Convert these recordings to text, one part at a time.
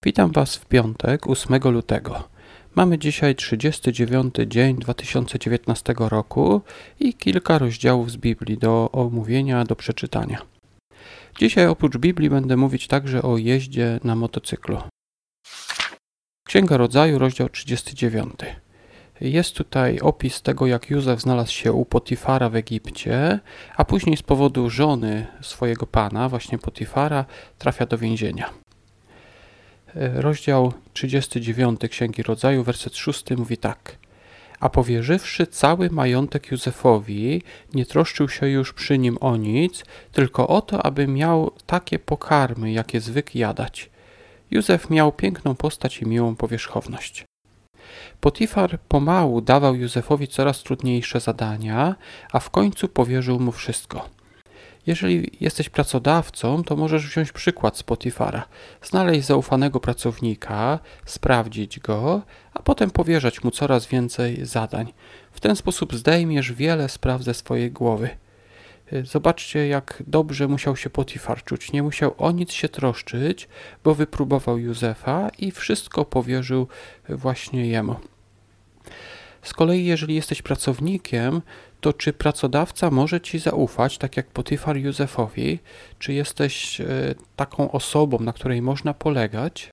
Witam Was w piątek, 8 lutego. Mamy dzisiaj 39 dzień 2019 roku i kilka rozdziałów z Biblii do omówienia, do przeczytania. Dzisiaj oprócz Biblii będę mówić także o jeździe na motocyklu. Księga Rodzaju, rozdział 39. Jest tutaj opis tego, jak Józef znalazł się u Potifara w Egipcie, a później z powodu żony swojego pana, właśnie Potifara, trafia do więzienia. Rozdział 39 Księgi Rodzaju, werset 6 mówi tak. A powierzywszy cały majątek Józefowi, nie troszczył się już przy nim o nic, tylko o to, aby miał takie pokarmy, jakie zwykł jadać. Józef miał piękną postać i miłą powierzchowność. Potifar pomału dawał Józefowi coraz trudniejsze zadania, a w końcu powierzył mu wszystko. Jeżeli jesteś pracodawcą, to możesz wziąć przykład z Potifara, znaleźć zaufanego pracownika, sprawdzić go, a potem powierzać mu coraz więcej zadań. W ten sposób zdejmiesz wiele spraw ze swojej głowy. Zobaczcie, jak dobrze musiał się Potifar czuć. Nie musiał o nic się troszczyć, bo wypróbował Józefa i wszystko powierzył właśnie jemu. Z kolei, jeżeli jesteś pracownikiem, to czy pracodawca może ci zaufać, tak jak Potifar Józefowi? Czy jesteś taką osobą, na której można polegać?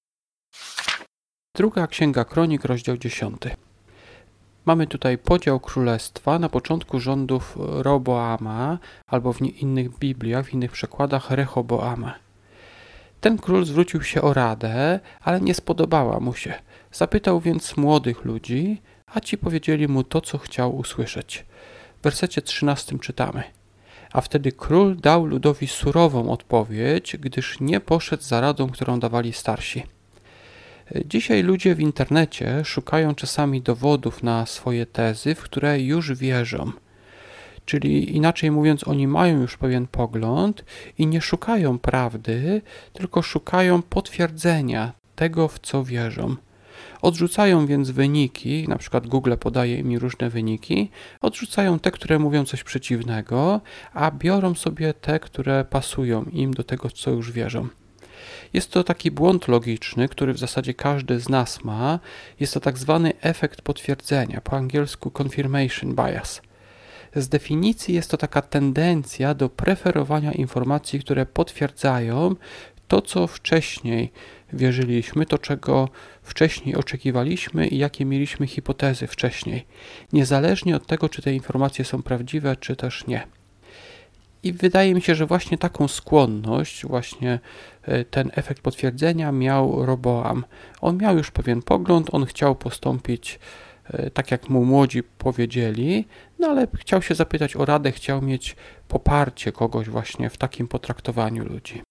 Druga Księga Kronik, rozdział 10. Mamy tutaj podział królestwa na początku rządów Roboama, albo w innych Bibliach, w innych przekładach Rehoboama. Ten król zwrócił się o radę, ale nie spodobała mu się. Zapytał więc młodych ludzi, a ci powiedzieli mu to, co chciał usłyszeć. W wersecie 13 czytamy. A wtedy król dał ludowi surową odpowiedź, gdyż nie poszedł za radą, którą dawali starsi. Dzisiaj ludzie w internecie szukają czasami dowodów na swoje tezy, w które już wierzą. Czyli inaczej mówiąc, oni mają już pewien pogląd i nie szukają prawdy, tylko szukają potwierdzenia tego, w co wierzą. Odrzucają więc wyniki, na przykład Google podaje im różne wyniki, odrzucają te, które mówią coś przeciwnego, a biorą sobie te, które pasują im do tego, co już wierzą. Jest to taki błąd logiczny, który w zasadzie każdy z nas ma. Jest to tak zwany efekt potwierdzenia, po angielsku confirmation bias. Z definicji jest to taka tendencja do preferowania informacji, które potwierdzają to, co wcześniej wierzyliśmy, to czego wcześniej oczekiwaliśmy i jakie mieliśmy hipotezy wcześniej, niezależnie od tego, czy te informacje są prawdziwe, czy też nie. I wydaje mi się, że właśnie taką skłonność, właśnie ten efekt potwierdzenia miał Roboam. On miał już pewien pogląd, on chciał postąpić tak, jak mu młodzi powiedzieli, no ale chciał się zapytać o radę, chciał mieć poparcie kogoś właśnie w takim potraktowaniu ludzi.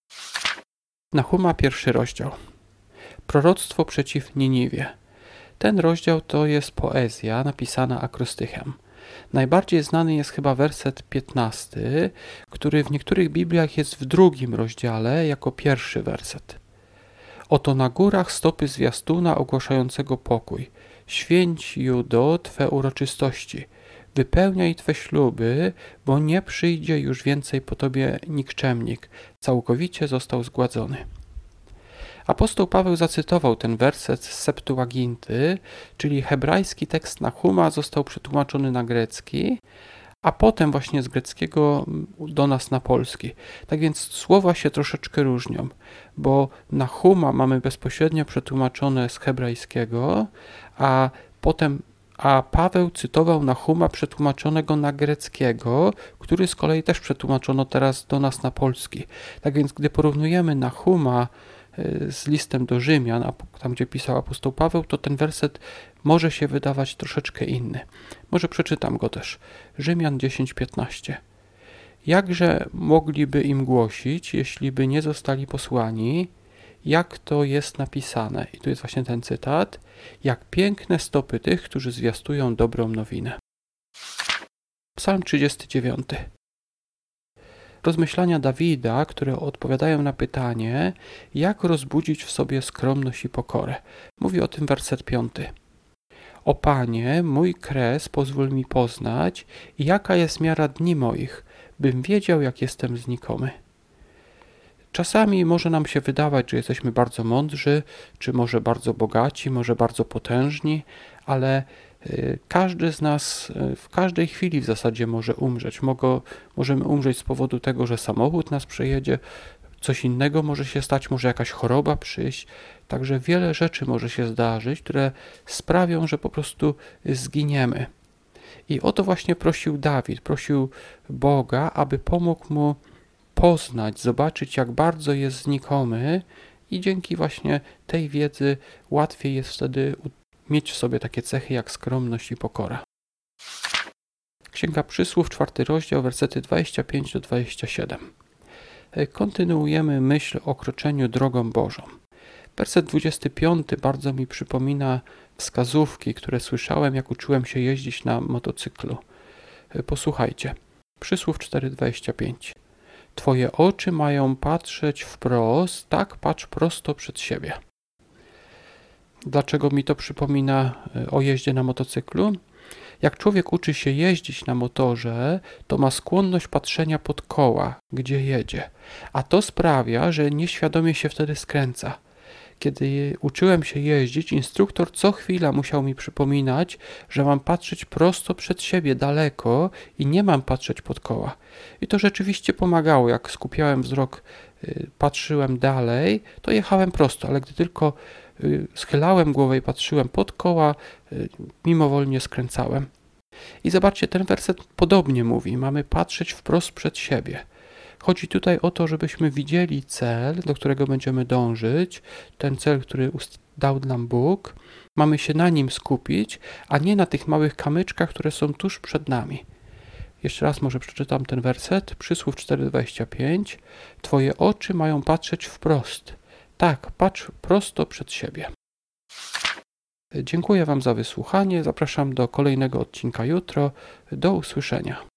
Nahuma, 1 rozdział. Proroctwo przeciw Niniwie. Ten rozdział to jest poezja napisana akrostychem. Najbardziej znany jest chyba werset 15, który w niektórych Bibliach jest w 2 rozdziale jako pierwszy werset. Oto na górach stopy zwiastuna ogłaszającego pokój. Święć, Judo, Twe uroczystości. Wypełniaj Twe śluby, bo nie przyjdzie już więcej po Tobie nikczemnik. Całkowicie został zgładzony. Apostoł Paweł zacytował ten werset z Septuaginty, czyli hebrajski tekst Nahuma został przetłumaczony na grecki, a potem właśnie z greckiego do nas na polski. Tak więc słowa się troszeczkę różnią, bo Nahuma mamy bezpośrednio przetłumaczone z hebrajskiego, a Paweł cytował Nahuma przetłumaczonego na greckiego, który z kolei też przetłumaczono teraz do nas na polski. Tak więc gdy porównujemy Nahuma z listem do Rzymian, a tam gdzie pisał apostoł Paweł, to ten werset może się wydawać troszeczkę inny. Może przeczytam go też. Rzymian 10:15. Jakże mogliby im głosić, jeśli by nie zostali posłani, jak to jest napisane. I tu jest właśnie ten cytat. Jak piękne stopy tych, którzy zwiastują dobrą nowinę. Psalm 39. Rozmyślania Dawida, które odpowiadają na pytanie, jak rozbudzić w sobie skromność i pokorę. Mówi o tym werset 5. O Panie, mój kres pozwól mi poznać, jaka jest miara dni moich, bym wiedział, jak jestem znikomy. Czasami może nam się wydawać, że jesteśmy bardzo mądrzy, czy może bardzo bogaci, może bardzo potężni, ale każdy z nas w każdej chwili w zasadzie może umrzeć. Możemy umrzeć z powodu tego, że samochód nas przejedzie, coś innego może się stać, może jakaś choroba przyjść. Także wiele rzeczy może się zdarzyć, które sprawią, że po prostu zginiemy. I o to właśnie prosił Dawid, prosił Boga, aby pomógł mu poznać, zobaczyć, jak bardzo jest znikomy i dzięki właśnie tej wiedzy łatwiej jest wtedy mieć w sobie takie cechy jak skromność i pokora. Księga Przysłów, 4 rozdział, wersety 25 do 27. Kontynuujemy myśl o kroczeniu drogą Bożą. Werset 25 bardzo mi przypomina wskazówki, które słyszałem, jak uczyłem się jeździć na motocyklu. Posłuchajcie. Przysłów 4:25. Twoje oczy mają patrzeć wprost, tak patrz prosto przed siebie. Dlaczego mi to przypomina o jeździe na motocyklu? Jak człowiek uczy się jeździć na motorze, to ma skłonność patrzenia pod koła, gdzie jedzie, a to sprawia, że nieświadomie się wtedy skręca. Kiedy uczyłem się jeździć, instruktor co chwila musiał mi przypominać, że mam patrzeć prosto przed siebie, daleko i nie mam patrzeć pod koła. I to rzeczywiście pomagało. Jak skupiałem wzrok, patrzyłem dalej, to jechałem prosto, ale gdy tylko schylałem głowę i patrzyłem pod koła, mimowolnie skręcałem. I zobaczcie, ten werset podobnie mówi. Mamy patrzeć wprost przed siebie. Chodzi tutaj o to, żebyśmy widzieli cel, do którego będziemy dążyć, ten cel, który dał nam Bóg. Mamy się na nim skupić, a nie na tych małych kamyczkach, które są tuż przed nami. Jeszcze raz może przeczytam ten werset. Przysłów 4:25. Twoje oczy mają patrzeć wprost. Tak, patrz prosto przed siebie. Dziękuję Wam za wysłuchanie. Zapraszam do kolejnego odcinka jutro. Do usłyszenia.